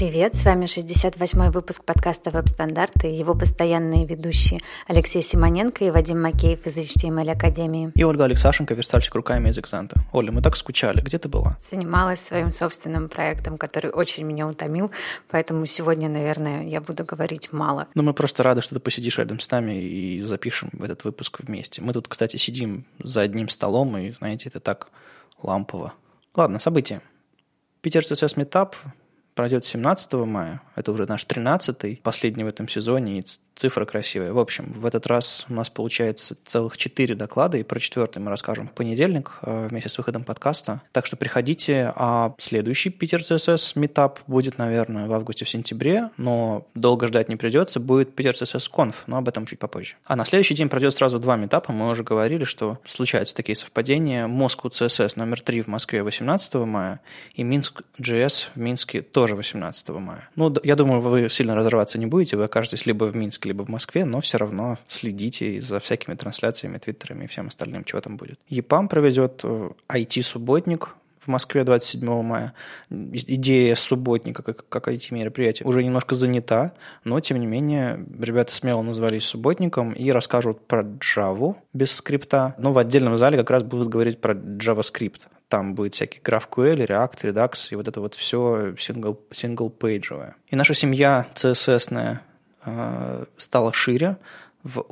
Привет, с вами 68-й выпуск подкаста «Веб-стандарты» и его постоянные ведущие Алексей Симоненко и Вадим Макеев из HTML Академии. И Ольга Алексашенко, верстальщик руками из Экзанта. Оля, мы так скучали. Где ты была? Занималась своим собственным проектом, который очень меня утомил, поэтому сегодня, наверное, я буду говорить мало. Ну, мы просто рады, что ты посидишь рядом с нами и запишем этот выпуск вместе. Мы тут, кстати, сидим за одним столом, и, знаете, это так лампово. Ладно, события. Питер CSS Meetup пройдет 17 мая, это уже наш 13-й, последний в этом сезоне, и цифра красивая. В общем, в этот раз у нас получается целых 4 доклада, и про 4-й мы расскажем в понедельник вместе с выходом подкаста. Так что приходите, а следующий Питер CSS Meetup будет, наверное, в августе-сентябре, но долго ждать не придется, будет Питер CSS Conf, но об этом чуть попозже. А на следующий день пройдет сразу 2 митапа, мы уже говорили, что случаются такие совпадения. Moscow CSS номер 3 в Москве 18 мая, и Minsk JS в Минске тоже 18 мая. Ну, я думаю, вы сильно разрываться не будете, вы окажетесь либо в Минске, либо в Москве, но все равно следите за всякими трансляциями, твиттерами и всем остальным, чего там будет. EPAM проведет IT-субботник в Москве 27 мая. Идея субботника как IT-мероприятие уже немножко занята, но, тем не менее, ребята смело назвались субботником и расскажут про Java без скрипта, но в отдельном зале как раз будут говорить про JavaScript. Там будет всякий GraphQL, React, Redux и вот это вот все сингл-пейджевое. И наша семья CSS-ная стала шире. В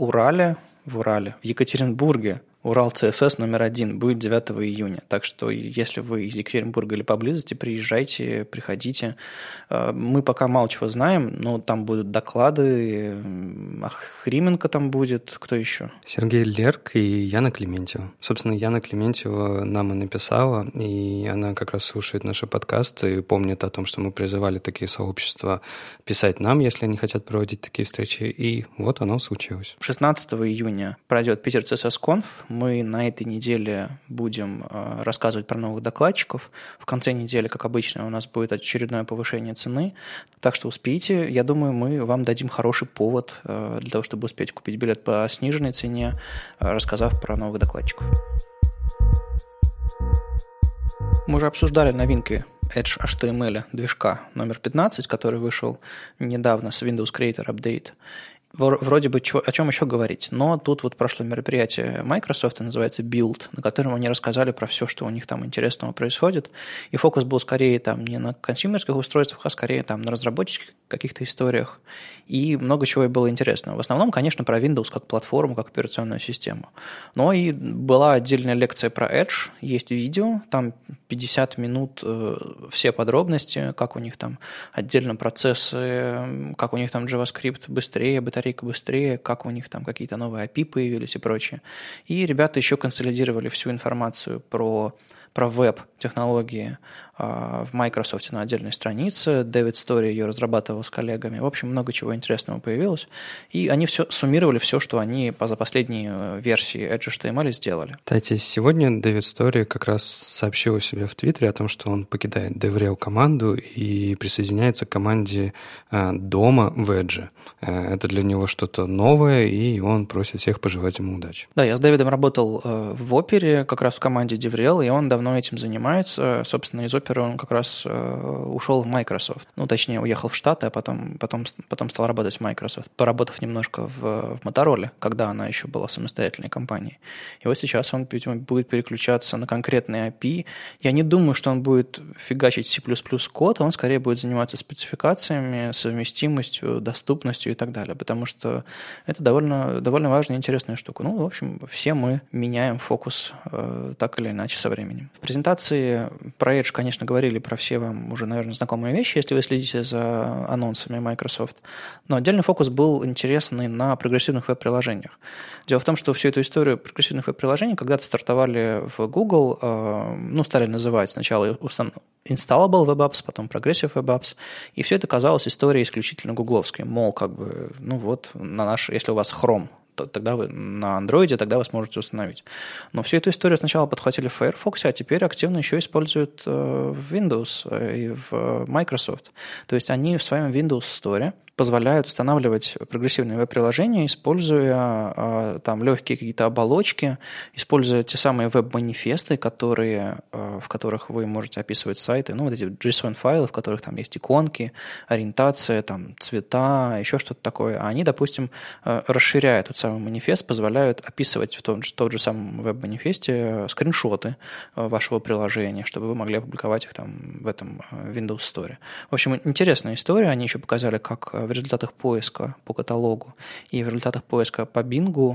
Екатеринбурге Урал CSS номер 1 будет 9 июня. Так что, если вы из Екатеринбурга или поблизости, приезжайте, приходите. Мы пока мало чего знаем, но там будут доклады. Хрименко там будет. Кто еще? Сергей Лерк и Яна Клементьева. Собственно, Яна Клементьева нам и написала, и она как раз слушает наши подкасты и помнит о том, что мы призывали такие сообщества писать нам, если они хотят проводить такие встречи. И вот оно случилось. 16 июня пройдет Питер CSS Conf. Мы на этой неделе будем рассказывать про новых докладчиков. В конце недели, как обычно, у нас будет очередное повышение цены. Так что успейте. Я думаю, мы вам дадим хороший повод для того, чтобы успеть купить билет по сниженной цене, рассказав про новых докладчиков. Мы уже обсуждали новинки Edge HTML движка номер 15, который вышел недавно с Windows Creator Update. Вроде бы о чем еще говорить, но тут вот прошло мероприятие Microsoft, называется Build, на котором они рассказали про все, что у них там интересного происходит, и фокус был скорее там не на консюмерских устройствах, а скорее там на разработческих каких-то историях, и много чего было интересного. В основном, конечно, про Windows как платформу, как операционную систему. Но и была отдельная лекция про Edge, есть видео, там 50 минут, все подробности, как у них там отдельно процессы, как у них там JavaScript быстрее, батарейка быстрее, как у них там какие-то новые API появились и прочее. И ребята еще консолидировали всю информацию про веб-технологии в Microsoft на отдельной странице. Дэвид Стори ее разрабатывал с коллегами. В общем, много чего интересного появилось. И они суммировали все, что они за последние версии Edge HTML сделали. Кстати, сегодня Дэвид Стори как раз сообщил у себя в Твиттере о том, что он покидает DevRel команду и присоединяется к команде дома в Edge. Это для него что-то новое, и он просит всех пожелать ему удачи. Да, я с Дэвидом работал в Опере, как раз в команде DevRel, и он давно этим занимается. Собственно, из Оперы он как раз ушел в Microsoft. Ну, точнее, уехал в Штаты, а потом стал работать в Microsoft, поработав немножко в Motorola, когда она еще была самостоятельной компанией. И вот сейчас он, видимо, будет переключаться на конкретные API. Я не думаю, что он будет фигачить C++ код, он скорее будет заниматься спецификациями, совместимостью, доступностью и так далее, потому что это довольно важная и интересная штука. Ну, в общем, все мы меняем фокус так или иначе со временем. В презентации про Edge, конечно, говорили про все вам уже, наверное, знакомые вещи, если вы следите за анонсами Microsoft. Но отдельный фокус был интересный на прогрессивных веб-приложениях. Дело в том, что всю эту историю прогрессивных веб-приложений когда-то стартовали в Google, стали называть сначала Installable Web Apps, потом Progressive Web Apps, и все это казалось историей исключительно гугловской. Мол, если у вас Chrome, тогда вы на Android, тогда вы сможете установить. Но всю эту историю сначала подхватили в Firefox, а теперь активно еще используют в Windows и в Microsoft. То есть они в своем Windows Store позволяют устанавливать прогрессивные веб-приложения, используя там легкие какие-то оболочки, используя те самые веб-манифесты, в которых вы можете описывать сайты, вот эти JSON-файлы, в которых там есть иконки, ориентация, там, цвета, еще что-то такое. А они, допустим, расширяя тот самый манифест, позволяют описывать в том же самом веб-манифесте скриншоты вашего приложения, чтобы вы могли опубликовать их там в этом Windows Store. В общем, интересная история. Они еще показали, как в результатах поиска по каталогу и в результатах поиска по Bing,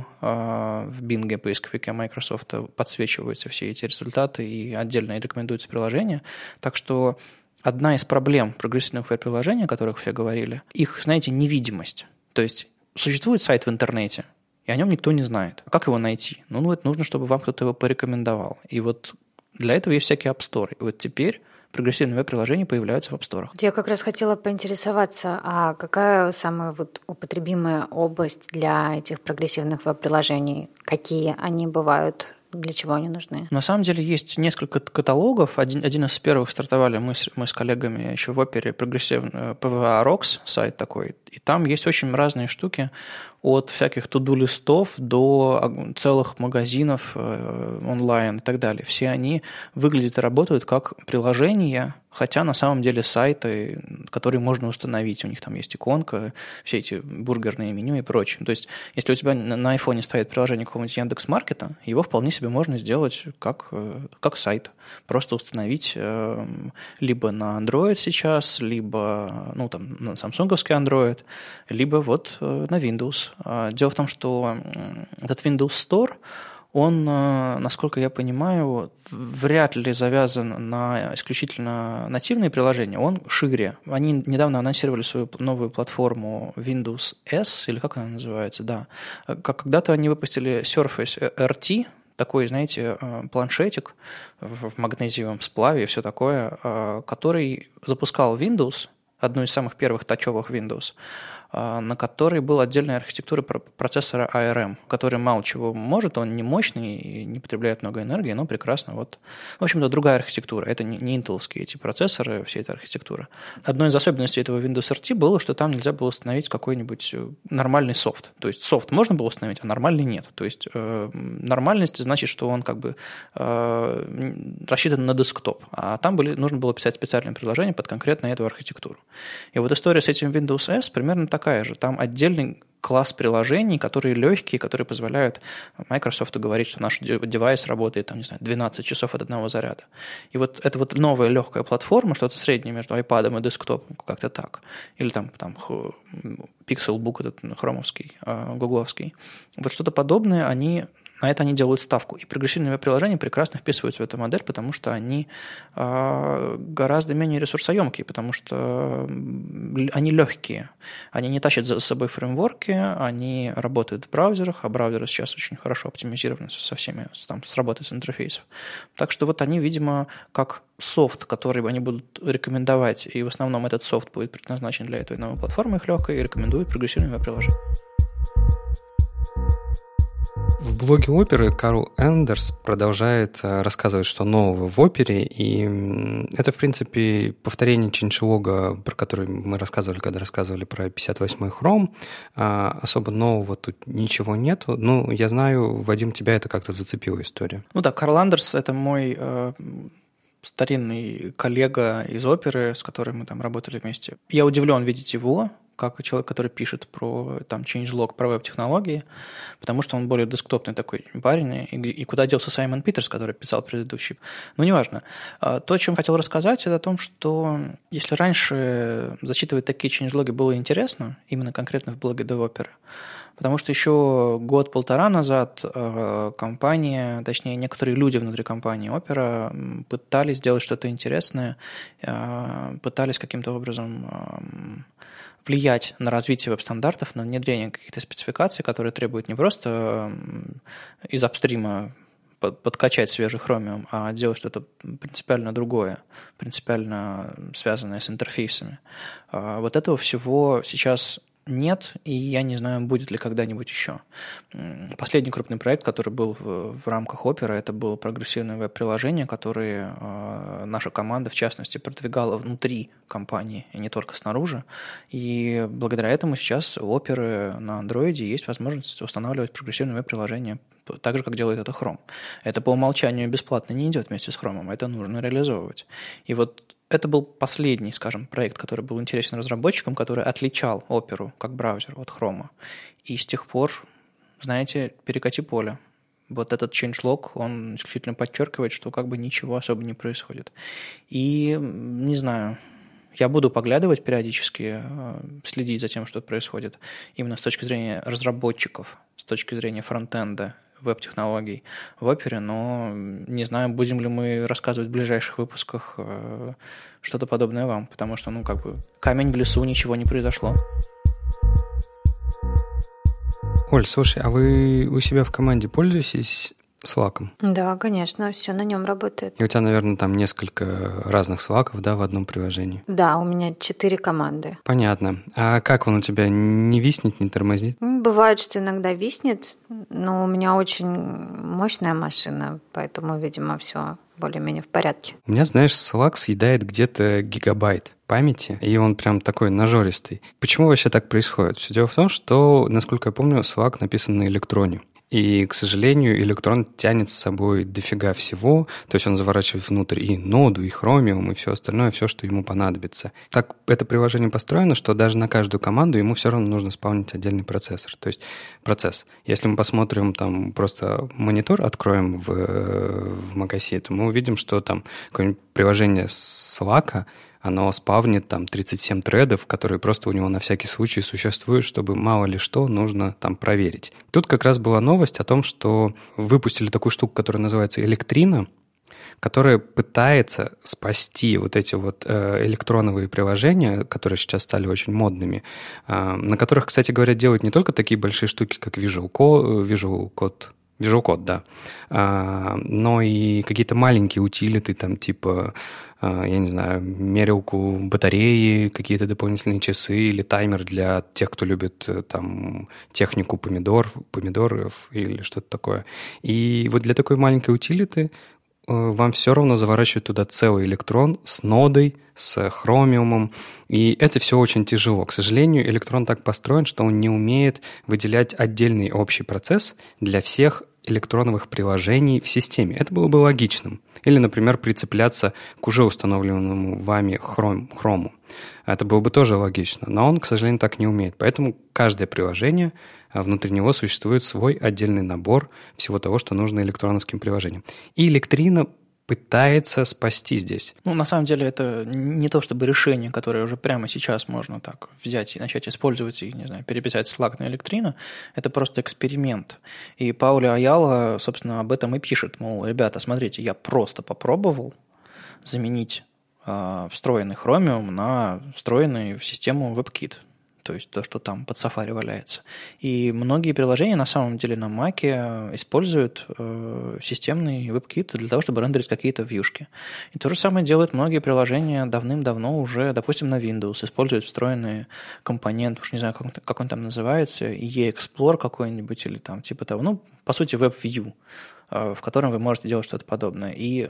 в Bing поисковике Microsoft подсвечиваются все эти результаты и отдельно рекомендуются приложения. Так что одна из проблем прогрессивных веб-приложений, о которых все говорили, их, знаете, невидимость. То есть существует сайт в интернете, и о нем никто не знает. Как его найти? Вот нужно, чтобы вам кто-то его порекомендовал. И вот для этого есть всякие App Store. И вот теперь прогрессивные веб-приложения появляются в App Store. Я как раз хотела поинтересоваться, а какая самая употребимая область для этих прогрессивных веб-приложений? Какие они бывают? Для чего они нужны? На самом деле есть несколько каталогов. Один из первых стартовали мы с коллегами еще в Опере, прогрессивный PVA Rocks сайт такой. И там есть очень разные штуки, от всяких to-do-листов до целых магазинов онлайн и так далее. Все они выглядят и работают как приложения, хотя на самом деле сайты, которые можно установить. У них там есть иконка, все эти бургерные меню и прочее. То есть, если у тебя на айфоне стоит приложение какого-нибудь Яндекс.Маркета, его вполне себе можно сделать как сайт. Просто установить либо на Android сейчас, либо на самсунговский Android, либо на Windows. Дело в том, что этот Windows Store, он, насколько я понимаю, вряд ли завязан на исключительно нативные приложения, он шире. Они недавно анонсировали свою новую платформу Windows S, или как она называется, да. Когда-то они выпустили Surface RT, такой, знаете, планшетик в магнезиевом сплаве и все такое, который запускал Windows, одну из самых первых тачевых Windows, на которой была отдельная архитектура процессора ARM, который мало чего может, он не мощный и не потребляет много энергии, но прекрасно. В общем-то, другая архитектура. Это не интеловские эти процессоры, вся эта архитектура. Одной из особенностей этого Windows RT было, что там нельзя было установить какой-нибудь нормальный софт. То есть софт можно было установить, а нормальный нет. То есть нормальность значит, что он рассчитан на десктоп. А там нужно было писать специальное приложение под конкретно эту архитектуру. И история с этим Windows S примерно такая же. Там отдельный класс приложений, которые легкие, которые позволяют Microsoft говорить, что наш девайс работает, 12 часов от одного заряда. И это новая легкая платформа, что-то среднее между iPad и десктопом, как-то так. Или там Pixelbook этот хромовский, гугловский. Что-то подобное, на это они делают ставку. И прогрессивные приложения прекрасно вписываются в эту модель, потому что они гораздо менее ресурсоемкие, потому что они легкие. Они не тащат за собой фреймворки, они работают в браузерах, а браузеры сейчас очень хорошо оптимизированы с работой с интерфейсом. Так что они, видимо, как софт, который они будут рекомендовать, и в основном этот софт будет предназначен для этой новой платформы, их легкой, и рекомендуют прогрессивные приложения. В блоге оперы Карл Эндерс продолжает рассказывать, что нового в опере, и это, в принципе, повторение чейндж-лога, про который мы рассказывали, когда рассказывали про 58-й Chrome. Особо нового тут ничего нету. Я знаю, Вадим, тебя это как-то зацепила история. Карл Эндерс – это мой старинный коллега из оперы, с которым мы там работали вместе. Я удивлен видеть его, как человек, который пишет про changelog, про веб-технологии, потому что он более десктопный такой парень. И куда делся Саймон Питерс, который писал предыдущий. Неважно. То, о чем хотел рассказать, это о том, что если раньше зачитывать такие changelog'и было интересно, именно конкретно в блоге DevOpera, потому что еще год-полтора назад компания, точнее, некоторые люди внутри компании Opera пытались сделать что-то интересное, пытались каким-то образом влиять на развитие веб-стандартов, на внедрение каких-то спецификаций, которые требуют не просто из апстрима подкачать свежий Chromium, а делать что-то принципиально другое, принципиально связанное с интерфейсами. Этого всего сейчас нет, и я не знаю, будет ли когда-нибудь еще. Последний крупный проект, который был в рамках Opera, это было прогрессивное веб-приложение, которое наша команда, в частности, продвигала внутри компании, и не только снаружи. И благодаря этому сейчас у Opera на Android есть возможность устанавливать прогрессивное веб-приложение так же, как делает это Chrome. Это по умолчанию бесплатно не идет вместе с Chrome, это нужно реализовывать. И вот это был последний, скажем, проект, который был интересен разработчикам, который отличал Opera как браузер от Chrome. И с тех пор, знаете, перекати поле. Вот этот changelog, он исключительно подчеркивает, что как бы ничего особо не происходит. И, не знаю, я буду поглядывать периодически, следить за тем, что происходит именно с точки зрения разработчиков, с точки зрения фронтенда, веб-технологий в Opera, но не знаю, будем ли мы рассказывать в ближайших выпусках что-то подобное вам, потому что, камень в лесу, ничего не произошло. Оль, слушай, а вы у себя в команде пользуетесь Slack'ом? Да, конечно, все на нем работает. И у тебя, наверное, там несколько разных Slack'ов, да, в одном приложении? Да, у меня 4 команды. Понятно. А как он у тебя, не виснет, не тормозит? Бывает, что иногда виснет, но у меня очень мощная машина, поэтому, видимо, все более-менее в порядке. У меня, знаешь, Slack съедает где-то гигабайт памяти, и он прям такой нажористый. Почему вообще так происходит? Все дело в том, что, насколько я помню, Slack написан на электроне. И, к сожалению, электрон тянет с собой дофига всего, то есть он заворачивает внутрь и ноду, и Chromium, и все остальное, все, что ему понадобится. Так это приложение построено, что даже на каждую команду ему все равно нужно спавнить отдельный процессор, то есть процесс. Если мы посмотрим там просто монитор, откроем в macOS, то мы увидим, что там какое-нибудь приложение Slack, оно спавнит там 37 тредов, которые просто у него на всякий случай существуют, чтобы мало ли что нужно там проверить. Тут как раз была новость о том, что выпустили такую штуку, которая называется Электрина, которая пытается спасти вот эти вот электроновые приложения, которые сейчас стали очень модными, на которых, кстати говоря, делают не только такие большие штуки, как Visual Code, да, но и какие-то маленькие утилиты, там типа, я не знаю, мерилку батареи, какие-то дополнительные часы или таймер для тех, кто любит там технику помидоров или что-то такое. И вот для такой маленькой утилиты вам все равно заворачивают туда целый электрон с нодой, с хромиумом, и это все очень тяжело. К сожалению, электрон так построен, что он не умеет выделять отдельный общий процесс для всех электроновых приложений в системе. Это было бы логичным. Или, например, прицепляться к уже установленному вами хрому. Это было бы тоже логично, но он, к сожалению, так не умеет. Поэтому каждое приложение, внутри него существует свой отдельный набор всего того, что нужно электроновским приложениям. И Электрина пытается спасти здесь. На самом деле, это не то чтобы решение, которое уже прямо сейчас можно так взять и начать использовать и, не знаю, переписать Slack на Электрину. Это просто эксперимент. И Пауло Аяла, собственно, об этом и пишет. Мол, ребята, смотрите, я просто попробовал заменить встроенный Chromium на встроенный в систему WebKit. То есть то, что там под Safari валяется. И многие приложения на самом деле на Mac используют системный WebKit для того, чтобы рендерить какие-то вьюшки. И то же самое делают многие приложения давным-давно уже, допустим, на Windows, используют встроенные компоненты, уж не знаю, как он там называется, E-Explorer какой-нибудь или там типа того. По сути, WebView, в котором вы можете делать что-то подобное. И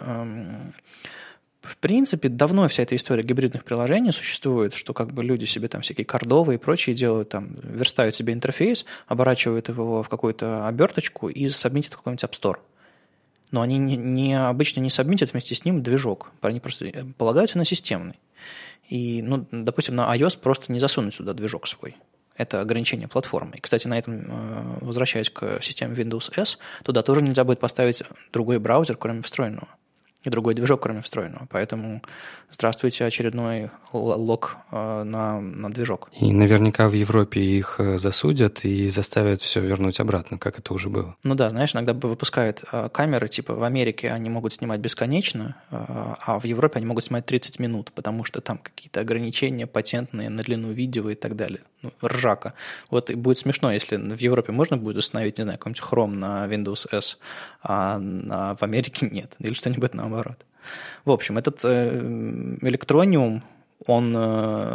в принципе, давно вся эта история гибридных приложений существует, что как бы люди себе там всякие кордовые и прочие делают, там, верстают себе интерфейс, оборачивают его в какую-то оберточку и сабмитят в какой-нибудь App Store. Но они обычно не сабмитят вместе с ним движок, они просто полагаются на системный. И, допустим, на iOS просто не засунуть сюда движок свой. Это ограничение платформы. И, кстати, на этом, возвращаясь к системе Windows S, туда тоже нельзя будет поставить другой браузер, кроме встроенного. И другой движок, кроме встроенного. Поэтому здравствуйте, очередной лог на движок. И наверняка в Европе их засудят и заставят все вернуть обратно, как это уже было. Да, знаешь, иногда выпускают камеры, типа в Америке они могут снимать бесконечно, а в Европе они могут снимать 30 минут, потому что там какие-то ограничения патентные на длину видео и так далее. Ржака. Вот и будет смешно, если в Европе можно будет установить, не знаю, какой-нибудь Chrome на Windows S, а в Америке нет. Или что-нибудь наоборот. В общем, этот Electronium, он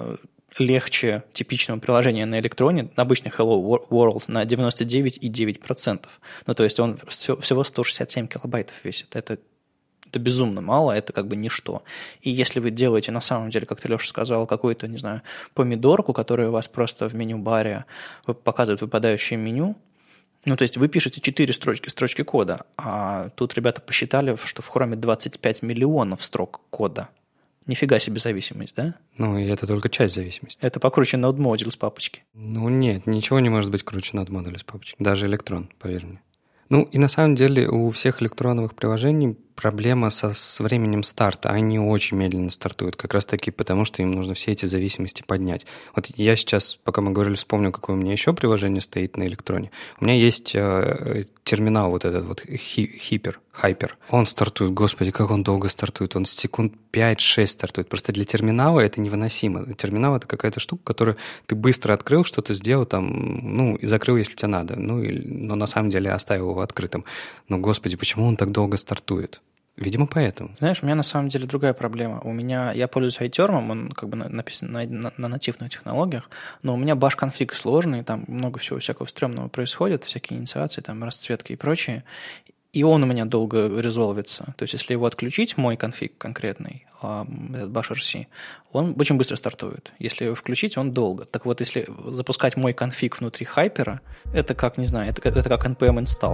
легче типичного приложения на электроне, обычный Hello World, на 99,9%. Ну, то есть он всего 167 килобайтов весит. Это безумно мало, это как бы ничто. И если вы делаете, на самом деле, как ты, Леша, сказал, какую-то, не знаю, помидорку, которая у вас просто в меню-баре показывает выпадающее меню, ну, то есть вы пишете 4 строчки кода, а тут ребята посчитали, что в Chrome 25 миллионов строк кода. Нифига себе зависимость, да? Ну, и это только часть зависимости. Это покруче Node Module с папочки. Ну, нет, ничего не может быть круче Node Module с папочки. Даже электрон, поверь мне. Ну, и на самом деле у всех электроновых приложений проблема с временем старта. Они очень медленно стартуют, как раз таки потому, что им нужно все эти зависимости поднять. Вот я сейчас, пока мы говорили, вспомнил, какое у меня еще приложение стоит на электроне. У меня есть терминал вот этот вот Hyper. Он стартует, господи, как он долго стартует. Он секунд 5-6 стартует. Просто для терминала это невыносимо. Терминал — это какая-то штука, которую ты быстро открыл, что-то сделал там, ну, и закрыл, если тебе надо. Но на самом деле оставил его открытым. Но, господи, почему он так долго стартует? Видимо, поэтому. Знаешь, у меня на самом деле другая проблема. Я пользуюсь iTerm, он как бы написан на нативных технологиях, но у меня баш-конфиг сложный, там много всего всякого стрёмного происходит, всякие инициации, там расцветки и прочее, и он у меня долго резолвится. То есть, если его отключить, мой конфиг конкретный, этот bash.rc, он очень быстро стартует. Если его включить, он долго. Так вот, если запускать мой конфиг внутри Hyper, это как, не знаю, это как npm install.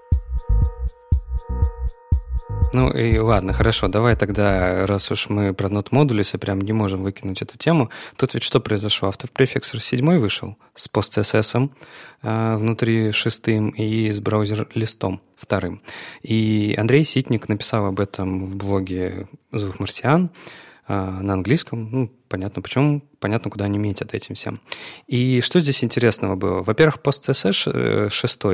Ну и ладно, хорошо, давай тогда, раз уж мы про Node Modules прям не можем выкинуть эту тему, тут ведь что произошло? Автопрефиксер 7 вышел с PostCSS внутри 6 и с браузер-листом 2. И Андрей Ситник написал об этом в блоге «Звук марсиан» на английском. Ну, понятно почему, понятно, куда они метят этим всем. И что здесь интересного было? Во-первых, PostCSS 6,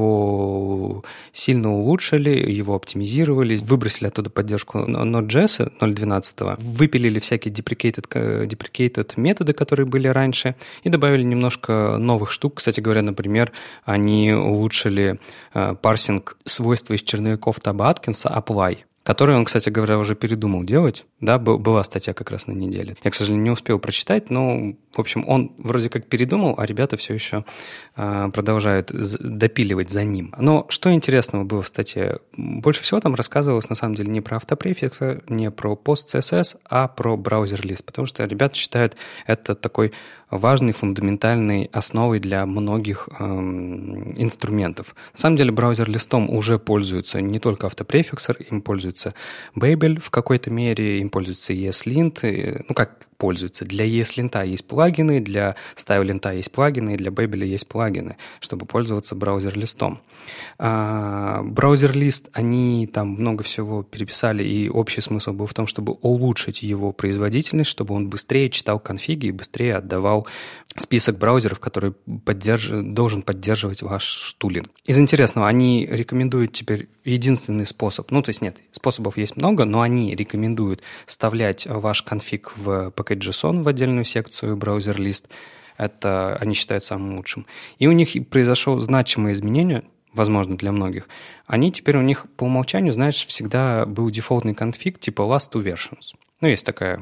его сильно улучшили, его оптимизировали, выбросили оттуда поддержку Node.js 0.12, выпилили всякие deprecated методы, которые были раньше, и добавили немножко новых штук. Кстати говоря, например, они улучшили парсинг свойства из черновиков Таба Аткинса apply, который он, кстати говоря, уже передумал делать. Да, была статья как раз на неделе. Я, к сожалению, не успел прочитать, но, в общем, он вроде как передумал, а ребята все еще продолжают допиливать за ним. Но что интересного было в статье? Больше всего там рассказывалось, на самом деле, не про автопрефикс, не про PostCSS, а про браузер-лист, потому что ребята считают это такой важной, фундаментальной основой для многих инструментов. На самом деле, браузер-листом уже пользуются не только автопрефиксер, им пользуется Babel в какой-то мере, им пользуется ESLint. Ну, как пользуются? Для ESLint есть плагины, для StyleLint есть плагины, и для Babel есть плагины, чтобы пользоваться браузер-листом. Браузер-лист, они там много всего переписали, и общий смысл был в том, чтобы улучшить его производительность, чтобы он быстрее читал конфиги и быстрее отдавал список браузеров, который должен поддерживать ваш тулинг. Из интересного, они рекомендуют теперь единственный способ, ну, то есть нет, способов есть много, но они рекомендуют вставлять ваш конфиг в package.json в отдельную секцию браузер-лист. Это они считают самым лучшим. И у них произошло значимое изменение, возможно, для многих. Теперь у них по умолчанию, знаешь, всегда был дефолтный конфиг типа last two versions. Ну, есть такая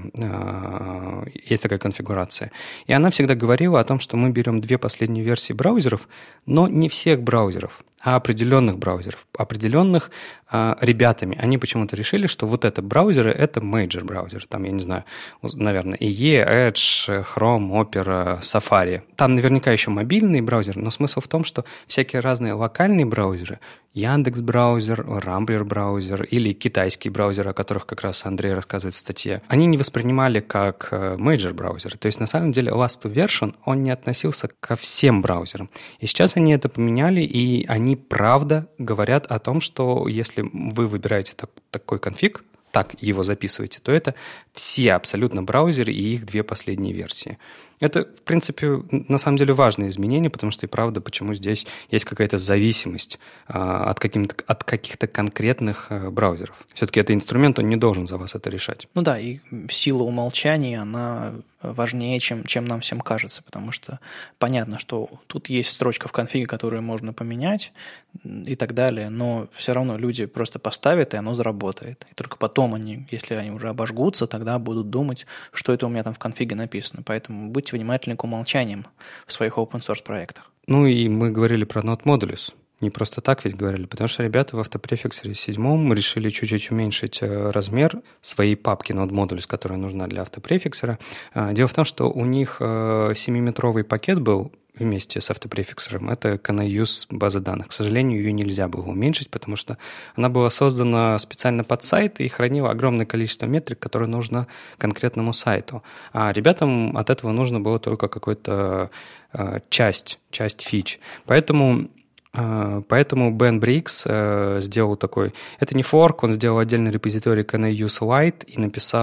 конфигурация. И она всегда говорила о том, что мы берем 2 последние версии браузеров, но не всех браузеров, а определенных браузеров, определенных ребятами. Они почему-то решили, что вот это браузеры – это major браузеры. Там, я не знаю, наверное, IE, Edge, Chrome, Opera, Safari. Там наверняка еще мобильные браузеры, но смысл в том, что всякие разные локальные браузеры, Яндекс браузер, Рамблер браузер или китайский браузер, о которых как раз Андрей рассказывает в статье, они не воспринимали как major браузеры. То есть, на самом деле, last two version, он не относился ко всем браузерам. И сейчас они это поменяли, и они правда говорят о том, что если вы выбираете такой конфиг, так его записываете, то это все абсолютно браузеры и их 2 последние версии. Это, в принципе, на самом деле важное изменение, потому что и правда, почему здесь есть какая-то зависимость от каких-то конкретных браузеров. Все-таки это инструмент, он не должен за вас это решать. Ну да, и сила умолчания, она важнее, чем нам всем кажется, потому что понятно, что тут есть строчка в конфиге, которую можно поменять и так далее, но все равно люди просто поставят, и оно заработает. И только потом потом если они уже обожгутся, тогда будут думать, что это у меня там в конфиге написано. Поэтому будьте внимательны к умолчаниям в своих open-source проектах. Ну и мы говорили про Node Modules. Не просто так ведь говорили, потому что ребята в автопрефиксере 7 решили чуть-чуть уменьшить размер своей папки Node Modules, которая нужна для автопрефиксера. Дело в том, что у них 7-метровый пакет был вместе с автопрефиксером. Это CanIUse база данных. К сожалению, ее нельзя было уменьшить, потому что она была создана специально под сайт и хранила огромное количество метрик, которые нужно конкретному сайту. А ребятам от этого нужно было только какая-то часть фич. Поэтому Ben Briggs сделал такой... Это не форк, он сделал отдельный репозиторий CanIUse Lite и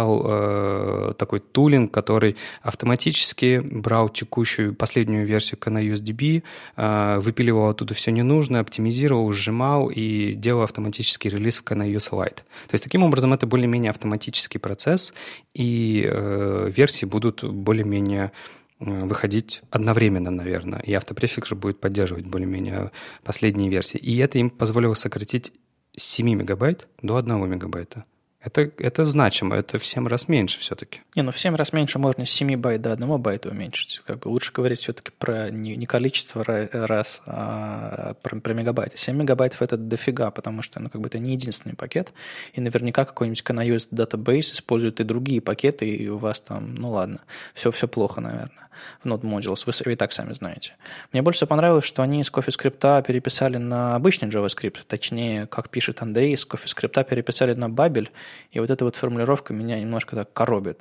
написал такой тулинг, который автоматически брал текущую последнюю версию CanIUse DB, выпиливал оттуда все ненужное, оптимизировал, сжимал и делал автоматический релиз в CanIUse Lite. То есть таким образом это более-менее автоматический процесс, и версии будут более-менее выходить одновременно, наверное, и автопрефиксер будет поддерживать более-менее последние версии. И это им позволило сократить с 7 мегабайт до 1 мегабайта. Это значимо, это в 7 раз меньше все-таки. В 7 раз меньше можно с 7 байт до 1 байта уменьшить. Лучше говорить все-таки про не количество раз, а про мегабайты. 7 мегабайтов это дофига, потому что это не единственный пакет, и наверняка какой-нибудь CanIUse Database использует и другие пакеты, и у вас там, все плохо, наверное, в Node Modules, вы и так сами знаете. Мне больше всего понравилось, что они из CoffeeScript переписали на обычный JavaScript, точнее, как пишет Андрей, из CoffeeScript переписали на Babel. И вот эта формулировка меня немножко так коробит.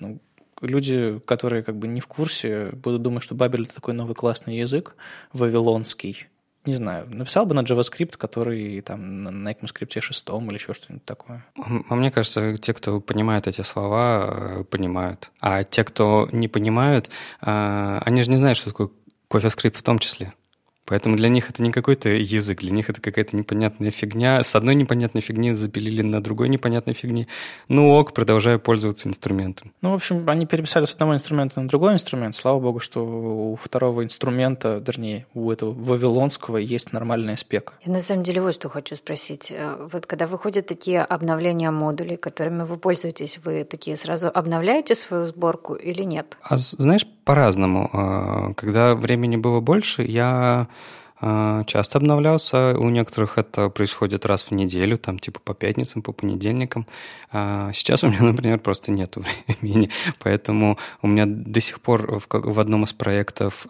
Люди, которые не в курсе, будут думать, что Babel – это такой новый классный язык, вавилонский. Не знаю, написал бы на JavaScript, который там на ECMAScript 6 или еще что-нибудь такое. А мне кажется, те, кто понимает эти слова, понимают. А те, кто не понимают, они же не знают, что такое CoffeeScript в том числе. Поэтому для них это не какой-то язык, для них это какая-то непонятная фигня. С одной непонятной фигни запилили на другой непонятной фигни. Продолжаю пользоваться инструментом. В общем, они переписали с одного инструмента на другой инструмент. Слава богу, что у второго инструмента, вернее, у этого вавилонского есть нормальная спека. Я на самом деле вот что хочу спросить. Вот когда выходят такие обновления модулей, которыми вы пользуетесь, вы такие сразу обновляете свою сборку или нет? А знаешь, по-разному. Когда времени было больше, я часто обновлялся. У некоторых это происходит раз в неделю, там типа по пятницам, по понедельникам. Сейчас у меня, например, просто нет времени, поэтому у меня до сих пор в одном из проектов,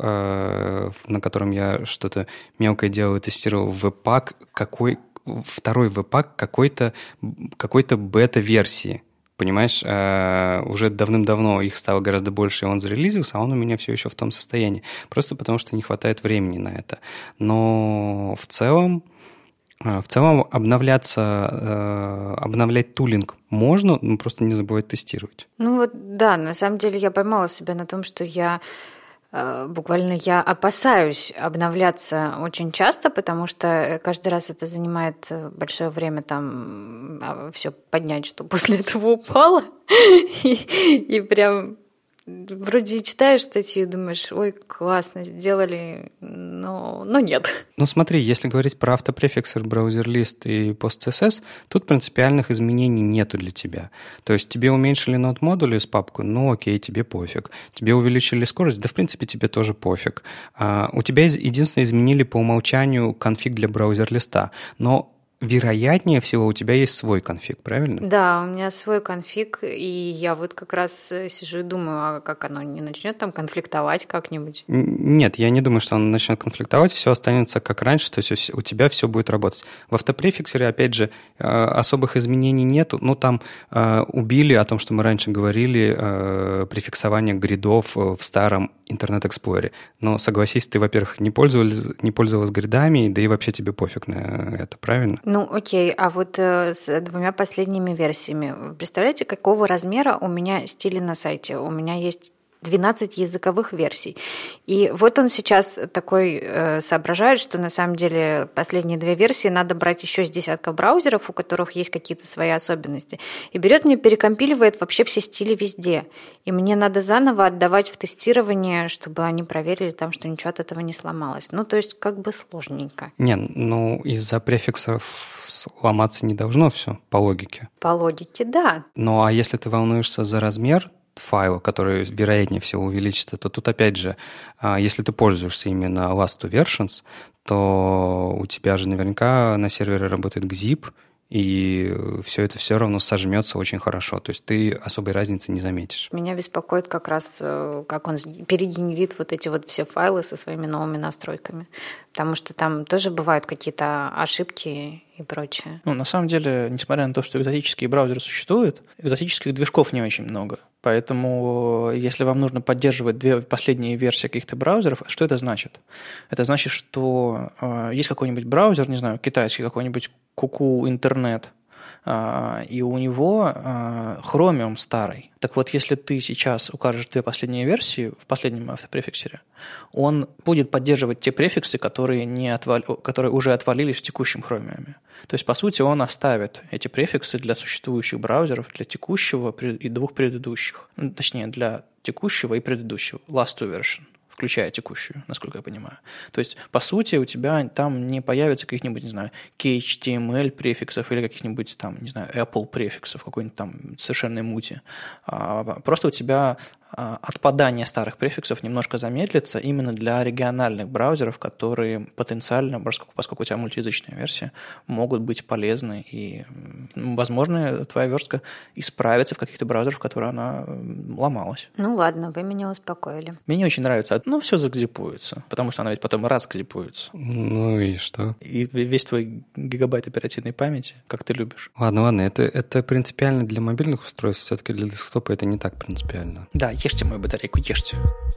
на котором я что-то мелкое делал и тестировал, веб-пак, второй веб-пак какой-то бета-версии. Понимаешь, уже давным-давно их стало гораздо больше, и он зарелизился, а он у меня все еще в том состоянии. Просто потому, что не хватает времени на это. Но в целом обновлять тулинг можно, но просто не забывать тестировать. Да, на самом деле я поймала себя на том, что я опасаюсь обновляться очень часто, потому что каждый раз это занимает большое время там все поднять, что после этого упало. И прям вроде читаешь статью и думаешь, ой, классно, сделали, но нет. Смотри, если говорить про автопрефиксер, браузер-лист и PostCSS, тут принципиальных изменений нету для тебя. То есть тебе уменьшили Node модули из папку, окей, тебе пофиг. Тебе увеличили скорость, да в принципе тебе тоже пофиг. У тебя единственное изменили по умолчанию конфиг для браузер-листа, но вероятнее всего у тебя есть свой конфиг, правильно? Да, у меня свой конфиг, и я вот как раз сижу и думаю, а как оно не начнет там конфликтовать как-нибудь? Нет, я не думаю, что оно начнет конфликтовать, все останется как раньше, то есть у тебя все будет работать. В автопрефиксере, опять же, особых изменений нету, там убили о том, что мы раньше говорили, префиксование гридов в старом Internet Explorer. Но согласись, ты, во-первых, не пользовалась гридами, да и вообще тебе пофиг на это, правильно? Окей, а вот с 2 последними версиями, вы представляете, какого размера у меня стили на сайте? У меня есть 12 языковых версий. И вот он сейчас такой соображает, что на самом деле последние 2 версии надо брать еще с десятков браузеров, у которых есть какие-то свои особенности. И берет мне, перекомпиливает вообще все стили везде. И мне надо заново отдавать в тестирование, чтобы они проверили там, что ничего от этого не сломалось. Ну, то есть как бы сложненько. Не, ну из-за префиксов сломаться не должно все, по логике. По логике, да. Ну, а если ты волнуешься за размер файла, который, вероятнее всего, увеличится, то тут, опять же, если ты пользуешься именно last two versions, то у тебя же наверняка на сервере работает gzip, и все это все равно сожмется очень хорошо. То есть ты особой разницы не заметишь. Меня беспокоит как раз, как он перегенерит вот эти вот все файлы со своими новыми настройками. Потому что там тоже бывают какие-то ошибки и прочее. Ну, на самом деле, несмотря на то, что экзотические браузеры существуют, экзотических движков не очень много. Поэтому, если вам нужно поддерживать 2 последние версии каких-то браузеров, что это значит? Это значит, что есть какой-нибудь браузер, не знаю, китайский какой-нибудь Куку интернет, и у него Chromium старый. Так вот, если ты сейчас укажешь 2 последние версии в последнем автопрефиксере, он будет поддерживать те префиксы, которые уже отвалились в текущем Chromium. То есть, по сути, он оставит эти префиксы для существующих браузеров, для текущего и 2 предыдущих. Точнее, для текущего и предыдущего. Last two version. Включая текущую, насколько я понимаю. То есть, по сути, у тебя там не появится каких-нибудь, не знаю, KHTML префиксов или каких-нибудь там, не знаю, Apple префиксов, какой-нибудь там совершенной мути. Просто у тебя отпадание старых префиксов немножко замедлится именно для региональных браузеров, которые потенциально, поскольку у тебя мультиязычная версия, могут быть полезны. И, возможно, твоя верстка исправится в каких-то браузерах, в которые она ломалась. Ну ладно, вы меня успокоили. Мне не очень нравится. Ну, все загзипуется, потому что она ведь потом разгзипуется. Ну и что? И весь твой гигабайт оперативной памяти, как ты любишь. Ладно, это принципиально для мобильных устройств, все-таки для десктопа это не так принципиально. Да, ешьте мою батарейку, ешьте.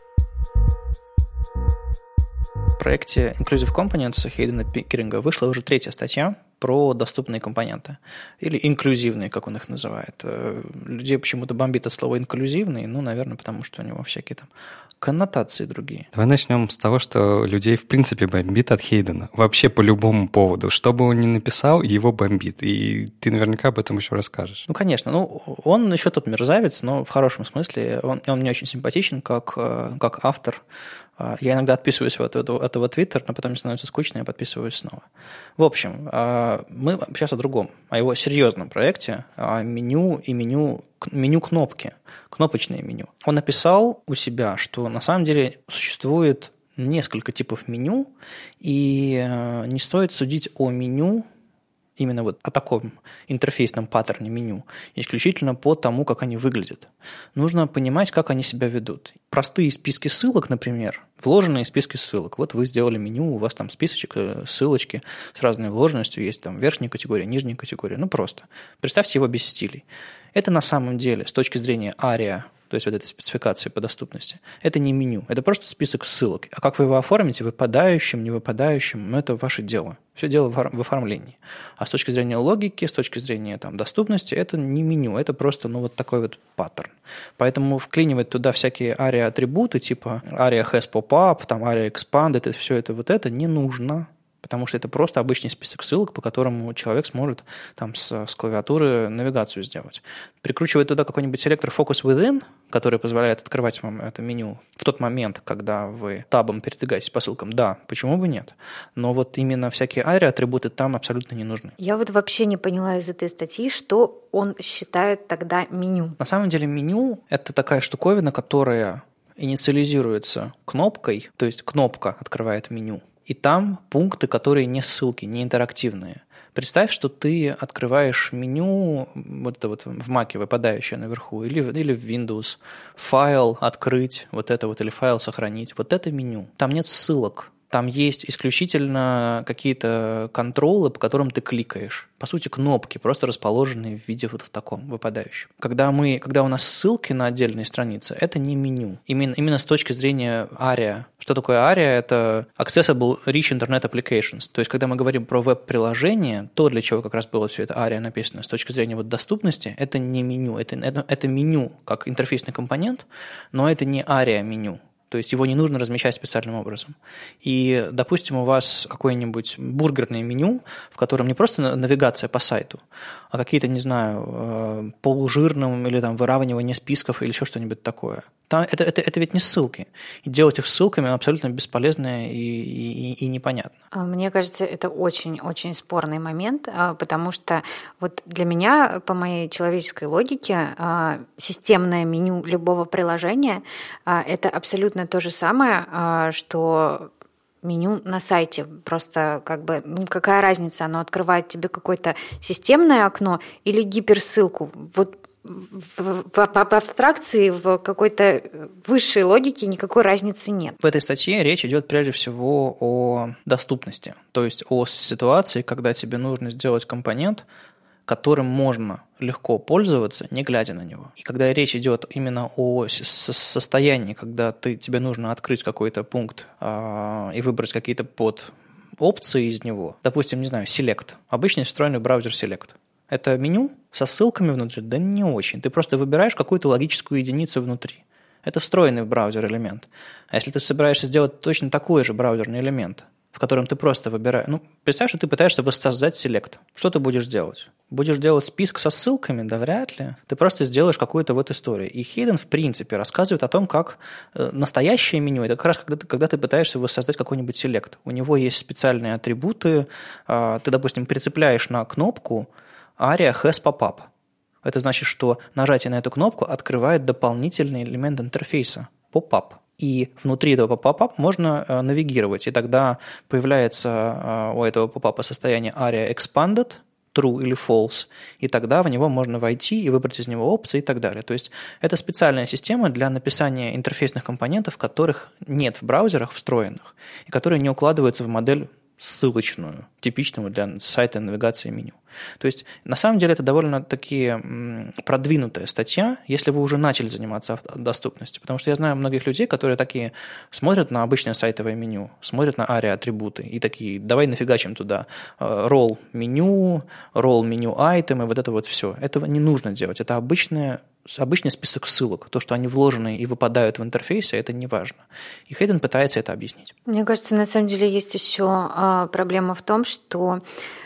В проекте Inclusive Components Хейдена Пикеринга вышла уже 3-я статья про доступные компоненты. Или инклюзивные, как он их называет. Людей почему-то бомбит от слова инклюзивный, ну, наверное, потому что у него всякие там коннотации другие. Давай начнем с того, что людей в принципе бомбит от Хейдена. Вообще по любому поводу. Что бы он ни написал, его бомбит. И ты наверняка об этом еще расскажешь. Ну, конечно. Ну, он еще тот мерзавец, но в хорошем смысле. Он мне очень симпатичен как автор. Я иногда отписываюсь от этого Твиттера, но потом мне становится скучно, я подписываюсь снова. В общем, мы сейчас о другом, о его серьезном проекте, о меню и меню кнопки, кнопочное меню. Он написал у себя, что на самом деле существует несколько типов меню, и не стоит судить о меню, именно вот о таком интерфейсном паттерне меню, исключительно по тому, как они выглядят. Нужно понимать, как они себя ведут. Простые списки ссылок, например, вложенные списки ссылок. Вот вы сделали меню, у вас там списочек, ссылочки с разной вложенностью, есть там верхняя категория, нижняя категория. Ну, просто. Представьте его без стилей. Это на самом деле, с точки зрения ARIA, то есть вот этой спецификации по доступности, это не меню, это просто список ссылок. А как вы его оформите, выпадающим, не выпадающим, ну, это ваше дело. Все дело в оформлении. А с точки зрения логики, с точки зрения там, доступности, это не меню, это просто вот такой вот паттерн. Поэтому вклинивать туда всякие ARIA-атрибуты, типа ARIA has pop-up, там ARIA expanded, все это не нужно. Потому что это просто обычный список ссылок, по которому человек сможет там с клавиатуры навигацию сделать. Прикручивать туда какой-нибудь селектор Focus Within, который позволяет открывать вам это меню в тот момент, когда вы табом передвигаетесь по ссылкам, да, почему бы нет? Но вот именно всякие ARIA-атрибуты там абсолютно не нужны. Я вот вообще не поняла из этой статьи, что он считает тогда меню. На самом деле меню – это такая штуковина, которая инициализируется кнопкой, то есть кнопка открывает меню. И там пункты, которые не ссылки, не интерактивные. Представь, что ты открываешь меню, вот это вот в Mac выпадающее наверху, или в Windows, файл открыть, вот это вот, или файл сохранить. Вот это меню. Там нет ссылок. Там есть исключительно какие-то контролы, по которым ты кликаешь. По сути, кнопки, просто расположенные в виде вот в таком выпадающем. Когда у нас ссылки на отдельные страницы, это не меню. Именно с точки зрения ARIA. Что такое ARIA? Это Accessible Rich Internet Applications. То есть, когда мы говорим про веб-приложение, то, для чего как раз было все это ARIA написано, с точки зрения вот доступности, это не меню. Это меню как интерфейсный компонент, но это не ARIA-меню. То есть его не нужно размещать специальным образом. И, допустим, у вас какое-нибудь бургерное меню, в котором не просто навигация по сайту, а какие-то, не знаю, полужирным или там выравнивание списков или еще что-нибудь такое. Это ведь не ссылки. И делать их ссылками абсолютно бесполезно и непонятно. Мне кажется, это очень-очень спорный момент, потому что вот для меня, по моей человеческой логике, системное меню любого приложения – это абсолютно то же самое, что меню на сайте. Просто какая разница, оно открывает тебе какое-то системное окно или гиперссылку. Вот в абстракции, в какой-то высшей логике никакой разницы нет. В этой статье речь идет прежде всего о доступности, то есть о ситуации, когда тебе нужно сделать компонент, которым можно легко пользоваться, не глядя на него. И когда речь идет именно о состоянии, когда тебе нужно открыть какой-то пункт и выбрать какие-то подопции из него, допустим, не знаю, Select, обычный встроенный браузер Select. Это меню со ссылками внутри? Да не очень. Ты просто выбираешь какую-то логическую единицу внутри. Это встроенный в браузер элемент. А если ты собираешься сделать точно такой же браузерный элемент, в котором ты просто выбираешь... представь, что ты пытаешься воссоздать Select. Что ты будешь делать? Будешь делать список со ссылками? Да вряд ли. Ты просто сделаешь какую-то вот историю. И Хейден, в принципе, рассказывает о том, как настоящее меню, это как раз когда ты пытаешься воссоздать какой-нибудь Select. У него есть специальные атрибуты. Ты, допустим, прицепляешь на кнопку ARIA has pop-up. Это значит, что нажатие на эту кнопку открывает дополнительный элемент интерфейса – pop-up. И внутри этого pop-up можно навигировать, и тогда появляется у этого pop-up состояние ARIA expanded, true или false, и тогда в него можно войти и выбрать из него опции и так далее. То есть это специальная система для написания интерфейсных компонентов, которых нет в браузерах встроенных, и которые не укладываются в модель ссылочную, типичную для сайта навигации меню. То есть, на самом деле, это довольно-таки продвинутая статья, если вы уже начали заниматься доступностью. Потому что я знаю многих людей, которые такие смотрят на обычное сайтовое меню, смотрят на ARIA-атрибуты и такие, давай нафигачим туда ролл-меню, ролл-меню-айтемы, вот это вот все. Этого не нужно делать. Это обычный список ссылок. То, что они вложены и выпадают в интерфейсе, это не важно. И Хейден пытается это объяснить. Мне кажется, на самом деле есть еще проблема в том, что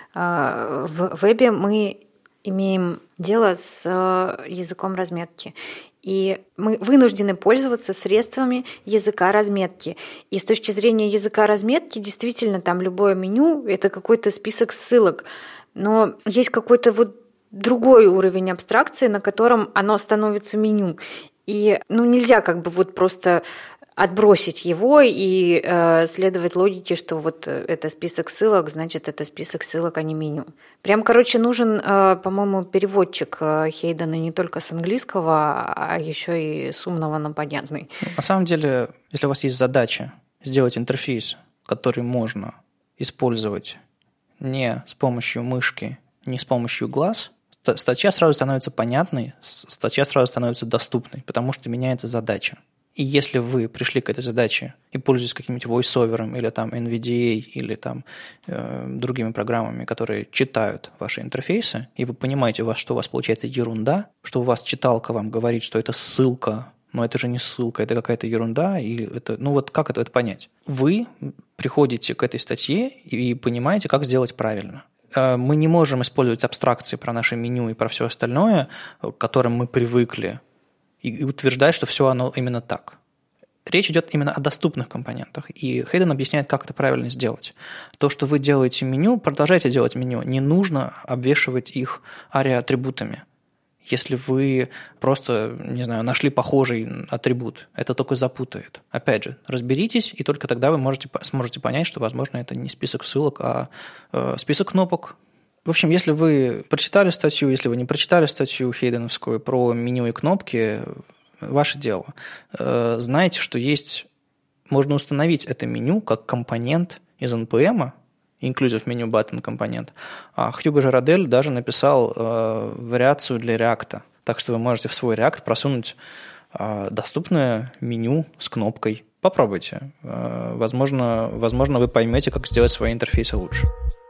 в вебе мы имеем дело с языком разметки. И мы вынуждены пользоваться средствами языка разметки. И с точки зрения языка разметки, действительно, там любое меню – это какой-то список ссылок. Но есть какой-то другой уровень абстракции, на котором оно становится меню. И нельзя просто отбросить его и следовать логике, что вот это список ссылок, значит, это список ссылок, а не меню. Прям, нужен, по-моему, переводчик Хейдена не только с английского, а еще и с умного на понятный. На самом деле, если у вас есть задача сделать интерфейс, который можно использовать не с помощью мышки, не с помощью глаз, статья сразу становится понятной, статья сразу становится доступной, потому что меняется задача. И если вы пришли к этой задаче и пользуетесь каким-нибудь voiceover или там NVDA или там другими программами, которые читают ваши интерфейсы, и вы понимаете, что у вас получается ерунда, что у вас читалка вам говорит, что это ссылка, но это же не ссылка, это какая-то ерунда, и это, как это понять? Вы приходите к этой статье и понимаете, как сделать правильно. Мы не можем использовать абстракции про наше меню и про все остальное, к которым мы привыкли, и утверждать, что все оно именно так. Речь идет именно о доступных компонентах, и Хейден объясняет, как это правильно сделать. То, что вы делаете меню, продолжайте делать меню, не нужно обвешивать их ARIA-атрибутами. Если вы просто, нашли похожий атрибут, это только запутает. Опять же, разберитесь, и только тогда вы сможете понять, что, возможно, это не список ссылок, а список кнопок. В общем, если вы прочитали статью, если вы не прочитали статью хейденовскую про меню и кнопки, ваше дело. Знайте, что есть можно установить это меню как компонент из NPM, Inclusive Menu Button компонент. А Хьюго Жарадель даже написал вариацию для React. Так что вы можете в свой React просунуть доступное меню с кнопкой. Попробуйте. Возможно, вы поймете, как сделать свои интерфейсы лучше.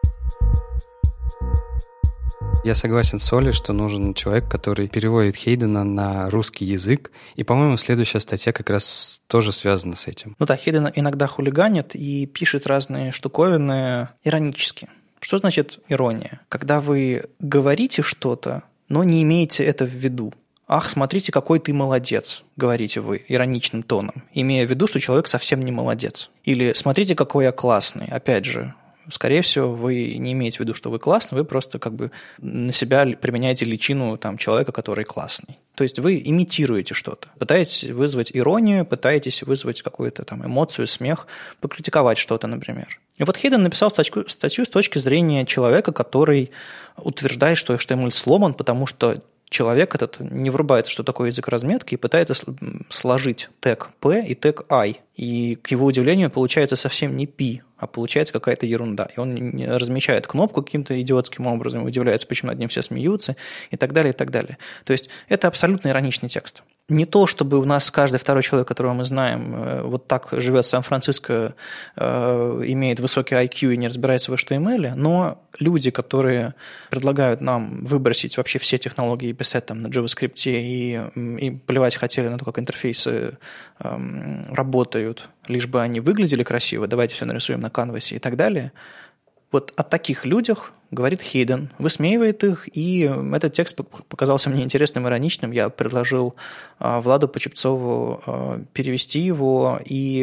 Я согласен с Олей, что нужен человек, который переводит Хейдена на русский язык. И, по-моему, следующая статья как раз тоже связана с этим. Ну да, Хейден иногда хулиганит и пишет разные штуковины иронически. Что значит ирония? Когда вы говорите что-то, но не имеете это в виду. «Ах, смотрите, какой ты молодец», — говорите вы ироничным тоном, имея в виду, что человек совсем не молодец. Или «смотрите, какой я классный». Опять же, скорее всего, вы не имеете в виду, что вы классный, вы просто как бы на себя применяете личину там, человека, который классный. То есть вы имитируете что-то, пытаетесь вызвать иронию, пытаетесь вызвать какую-то там эмоцию, смех, покритиковать что-то, например. И вот Хейден написал статью с точки зрения человека, который утверждает, что HTML сломан, потому что человек этот не врубает, что такое язык разметки, и пытается сложить тег P и тег I. И, к его удивлению, получается совсем не P, а получается какая-то ерунда. И он размечает кнопку каким-то идиотским образом, удивляется, почему над ним все смеются, и так далее, и так далее. То есть это абсолютно ироничный текст. Не то, чтобы у нас каждый второй человек, которого мы знаем, вот так живет в Сан-Франциско, имеет высокий IQ и не разбирается в HTML, но люди, которые предлагают нам выбросить вообще все технологии и писать там на JavaScript и плевать хотели на то, как интерфейсы работают, лишь бы они выглядели красиво, давайте все нарисуем на канвасе и так далее. Вот о таких людях говорит Хейден, высмеивает их, и этот текст показался мне интересным, ироничным. Я предложил Владу Почепцову перевести его, и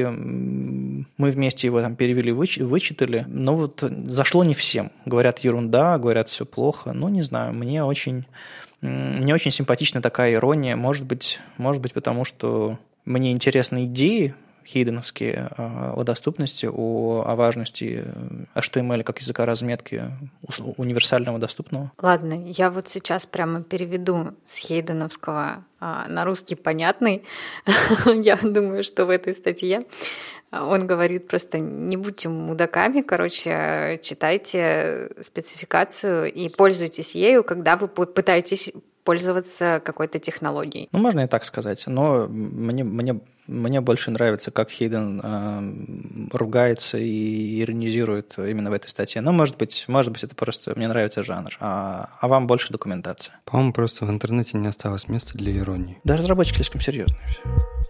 мы вместе его там перевели, вычитали. Но вот зашло не всем. Говорят ерунда, говорят все плохо. Ну, не знаю, мне очень симпатична такая ирония. Может быть, потому что мне интересны идеи хейденовские о доступности, о важности HTML как языка разметки универсального, доступного. Ладно, я вот сейчас прямо переведу с хейденовского на русский понятный. Я думаю, что в этой статье он говорит просто: не будьте мудаками, короче, читайте спецификацию и пользуйтесь ею, когда вы пытаетесь пользоваться какой-то технологией. Ну, можно и так сказать, но мне больше нравится, как Хейден ругается и иронизирует именно в этой статье. Но, может быть, это просто мне нравится жанр, а вам больше документация. По-моему, просто в интернете не осталось места для иронии. Да, разработчики слишком серьезные все.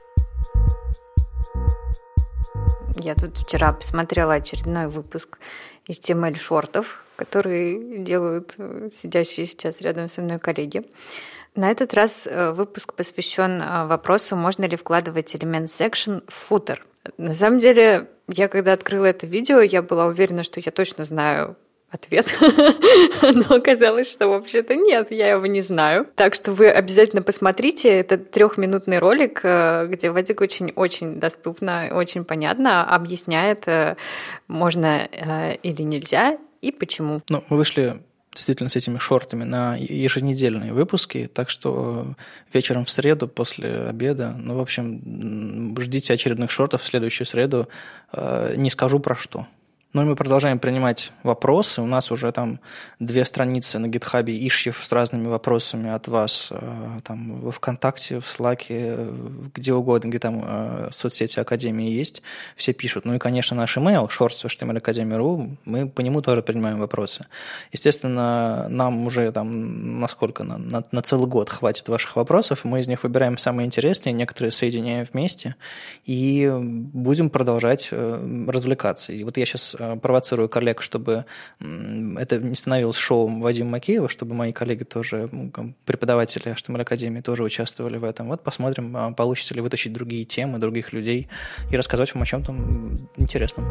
Я тут вчера посмотрела очередной выпуск HTML-шортов, которые делают сидящие сейчас рядом со мной коллеги. На этот раз выпуск посвящен вопросу, можно ли вкладывать элемент section в футер. На самом деле, я когда открыла это видео, я была уверена, что я точно знаю ответ, но оказалось, что вообще-то нет, я его не знаю. Так что вы обязательно посмотрите этот 3-минутный ролик, где Вадик очень-очень доступно, очень понятно объясняет, можно или нельзя и почему. Ну, мы вышли действительно с этими шортами на еженедельные выпуски, так что вечером в среду после обеда, в общем, ждите очередных шортов в следующую среду, не скажу про что. Ну и мы продолжаем принимать вопросы. У нас уже там 2 страницы на гитхабе ишьев с разными вопросами от вас. Там во ВКонтакте, в Слаке, где угодно, где там соцсети Академии есть. Все пишут. Ну и, конечно, наш email shorts@htmlacademy.ru. Мы по нему тоже принимаем вопросы. Естественно, нам уже там на целый год хватит ваших вопросов. Мы из них выбираем самые интересные, некоторые соединяем вместе и будем продолжать развлекаться. И вот я сейчас провоцирую коллег, чтобы это не становилось шоу Вадима Макеева, чтобы мои коллеги тоже, преподаватели HTML Академии, тоже участвовали в этом. Вот посмотрим, получится ли вытащить другие темы, других людей и рассказать вам о чем-то интересном.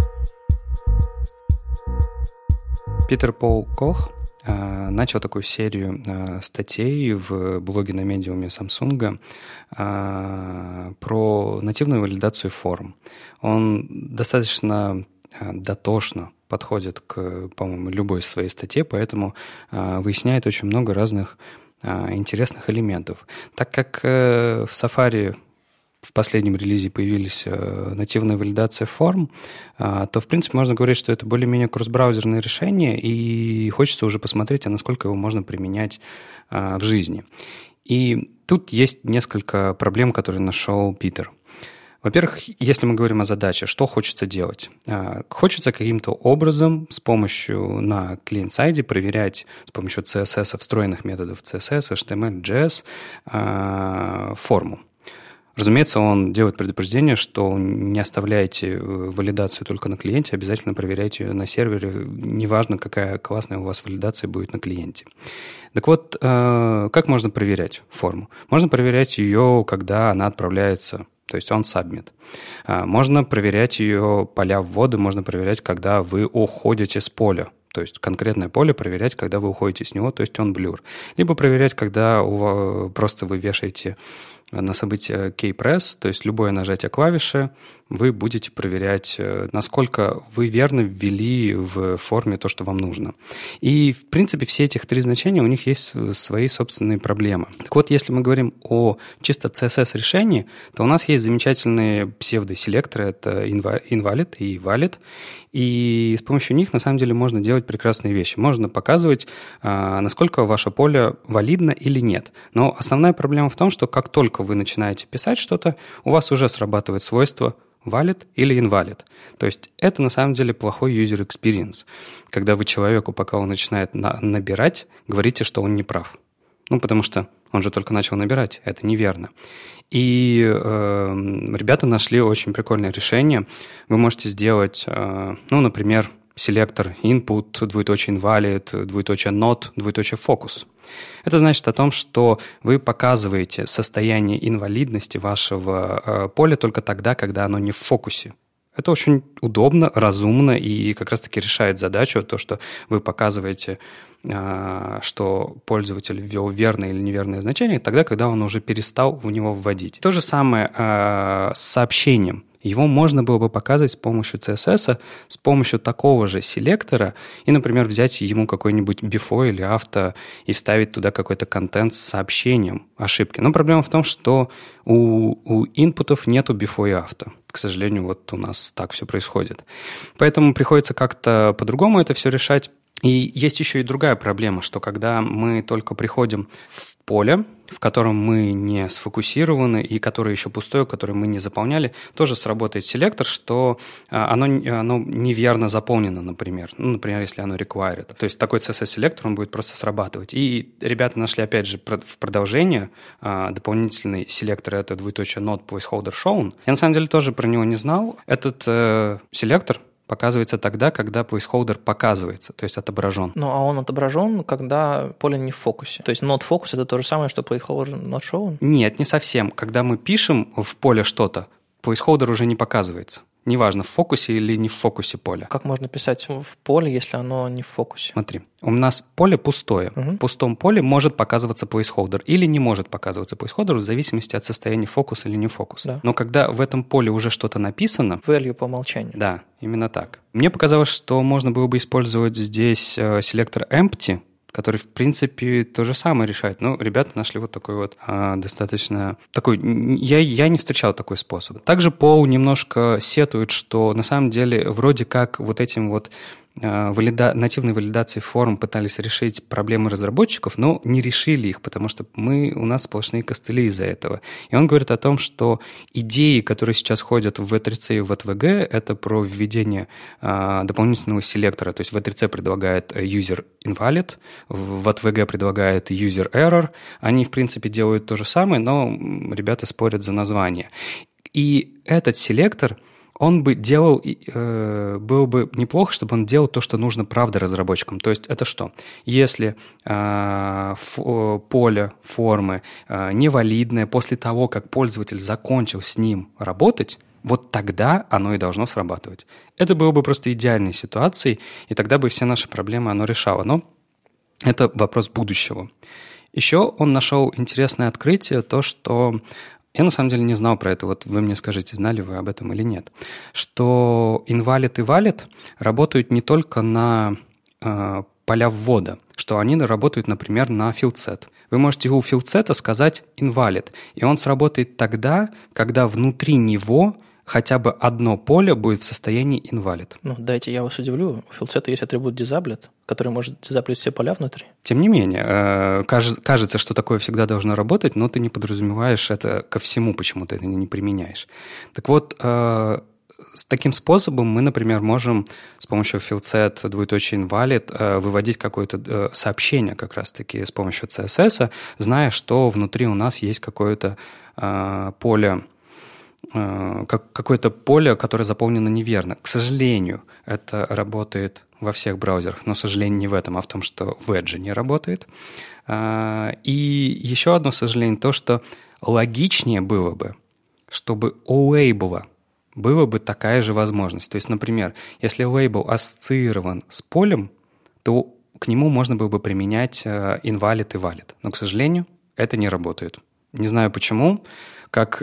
Питер Пол Кох начал такую серию статей в блоге на медиуме Samsung про нативную валидацию форм. Он достаточно дотошно подходит к, по-моему, любой своей статье, поэтому выясняет очень много разных интересных элементов. Так как в Safari в последнем релизе появились нативная валидация форм, то, в принципе, можно говорить, что это более-менее кросс-браузерное решение, и хочется уже посмотреть, а насколько его можно применять в жизни. И тут есть несколько проблем, которые нашел Питер. Во-первых, если мы говорим о задаче, что хочется делать? Хочется каким-то образом с помощью на клиент-сайде проверять с помощью CSS, встроенных методов CSS, HTML, JS форму. Разумеется, он делает предупреждение, что не оставляйте валидацию только на клиенте, обязательно проверяйте ее на сервере, неважно, какая классная у вас валидация будет на клиенте. Так вот, как можно проверять форму? Можно проверять ее, когда она отправляется, то есть on submit. Можно проверять ее поля ввода, можно проверять, когда вы уходите с поля. То есть конкретное поле проверять, когда вы уходите с него, то есть on blur. Либо проверять, когда просто вы вешаете на событие keypress, то есть любое нажатие клавиши, вы будете проверять, насколько вы верно ввели в форме то, что вам нужно. И, в принципе, все этих три значения, у них есть свои собственные проблемы. Так вот, если мы говорим о чисто CSS-решении, то у нас есть замечательные псевдоселекторы, это invalid и valid, и с помощью них, на самом деле, можно делать прекрасные вещи. Можно показывать, насколько ваше поле валидно или нет. Но основная проблема в том, что как только вы начинаете писать что-то, у вас уже срабатывает свойство valid или invalid. То есть это на самом деле плохой user experience, когда вы человеку, пока он начинает набирать, говорите, что он не прав. Потому что он же только начал набирать, это неверно. И ребята нашли очень прикольное решение. Вы можете сделать, например, селектор input, двоеточие invalid, двоеточие not, двоеточие focus. Это значит о том, что вы показываете состояние инвалидности вашего поля только тогда, когда оно не в фокусе. Это очень удобно, разумно и как раз-таки решает задачу, то, что вы показываете, что пользователь ввел верное или неверное значение, тогда, когда он уже перестал в него вводить. То же самое с сообщением. Его можно было бы показывать с помощью CSS, с помощью такого же селектора и, например, взять ему какой-нибудь before или after и вставить туда какой-то контент с сообщением ошибки. Но проблема в том, что у инпутов нету before и after. К сожалению, вот у нас так все происходит. Поэтому приходится как-то по-другому это все решать. И есть еще и другая проблема, что когда мы только приходим в поле, в котором мы не сфокусированы и которое еще пустое, которое мы не заполняли, тоже сработает селектор, что оно неверно заполнено, например. Например, если оно required. То есть такой CSS-селектор, он будет просто срабатывать. И ребята нашли, опять же, в продолжение дополнительный селектор, это двоеточие not placeholder shown. Я, на самом деле, тоже про него не знал. Этот селектор показывается тогда, когда placeholder показывается, то есть отображен. А он отображен, когда поле не в фокусе. То есть not focus – это то же самое, что placeholder not shown? Нет, не совсем. Когда мы пишем в поле что-то, placeholder уже не показывается. Неважно, в фокусе или не в фокусе поля. Как можно писать в поле, если оно не в фокусе? Смотри, у нас поле пустое. В пустом поле может показываться placeholder или не может показываться placeholder в зависимости от состояния фокуса или не фокуса. Да. Но когда в этом поле уже что-то написано... Value по умолчанию. Да, именно так. Мне показалось, что можно было бы использовать здесь селектор empty, который, в принципе, то же самое решает. Ребята нашли вот такой вот достаточно... Я не встречал такой способ. Также Пол немножко сетует, что на самом деле вроде как вот этим вот нативной валидацией форм пытались решить проблемы разработчиков, но не решили их, потому что у нас сплошные костыли из-за этого. И он говорит о том, что идеи, которые сейчас ходят в V3C и в VTVG, это про введение дополнительного селектора. То есть V3C предлагает user invalid, в VTVG предлагает user error. Они, в принципе, делают то же самое, но ребята спорят за название. И этот селектор... он бы делал, было бы неплохо, чтобы он делал то, что нужно правда разработчикам. То есть это что? Если поле формы невалидное после того, как пользователь закончил с ним работать, вот тогда оно и должно срабатывать. Это было бы просто идеальной ситуацией, и тогда бы все наши проблемы оно решало. Но это вопрос будущего. Еще он нашел интересное открытие, то, что... Я на самом деле не знал про это, вот вы мне скажите, знали вы об этом или нет, что invalid и valid работают не только на поля ввода, что они работают, например, на fieldset. Вы можете у fieldset сказать invalid, и он сработает тогда, когда внутри него хотя бы одно поле будет в состоянии invalid. Дайте я вас удивлю. У fieldset есть атрибут disabled, который может дизаблить все поля внутри. Тем не менее, кажется, что такое всегда должно работать, но ты не подразумеваешь это ко всему, почему ты это не применяешь. Так вот, с таким способом мы, например, можем с помощью fieldset :invalid выводить какое-то сообщение как раз-таки с помощью CSS, зная, что внутри у нас есть какое-то поле, которое заполнено неверно. К сожалению, это работает во всех браузерах, но, к сожалению, не в этом, а в том, что в Edge не работает. И еще одно сожаление, то, что логичнее было бы, чтобы у лейбла была бы такая же возможность. То есть, например, если лейбл ассоциирован с полем, то к нему можно было бы применять invalid и valid. Но, к сожалению, это не работает. Не знаю почему. Как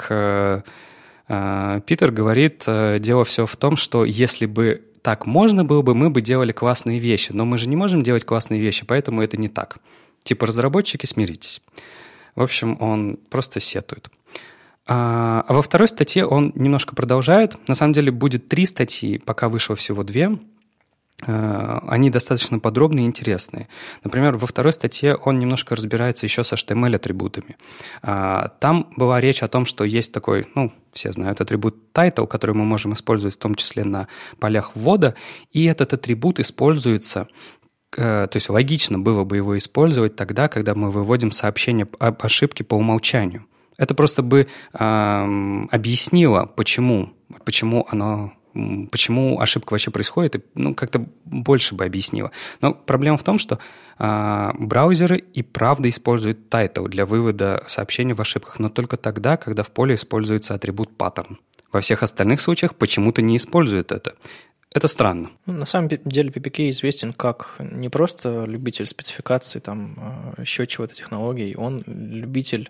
Питер говорит, дело все в том, что если бы так можно было бы, мы бы делали классные вещи. Но мы же не можем делать классные вещи, поэтому это не так. Типа, разработчики, смиритесь. В общем, он просто сетует. А во второй статье он немножко продолжает. На самом деле будет 3 статьи, пока вышло всего 2. Они достаточно подробные и интересные. Например, во второй статье он немножко разбирается еще с HTML-атрибутами. Там была речь о том, что есть такой, все знают, атрибут title, который мы можем использовать в том числе на полях ввода, и этот атрибут используется, то есть логично было бы его использовать тогда, когда мы выводим сообщение об ошибке по умолчанию. Это просто бы объяснило, почему ошибка вообще происходит, и как-то больше бы объяснило. Но проблема в том, что браузеры и правда используют title для вывода сообщений в ошибках, но только тогда, когда в поле используется атрибут pattern. Во всех остальных случаях почему-то не используют это. Это странно. На самом деле PPK известен как не просто любитель спецификаций, еще чего-то технологий, он любитель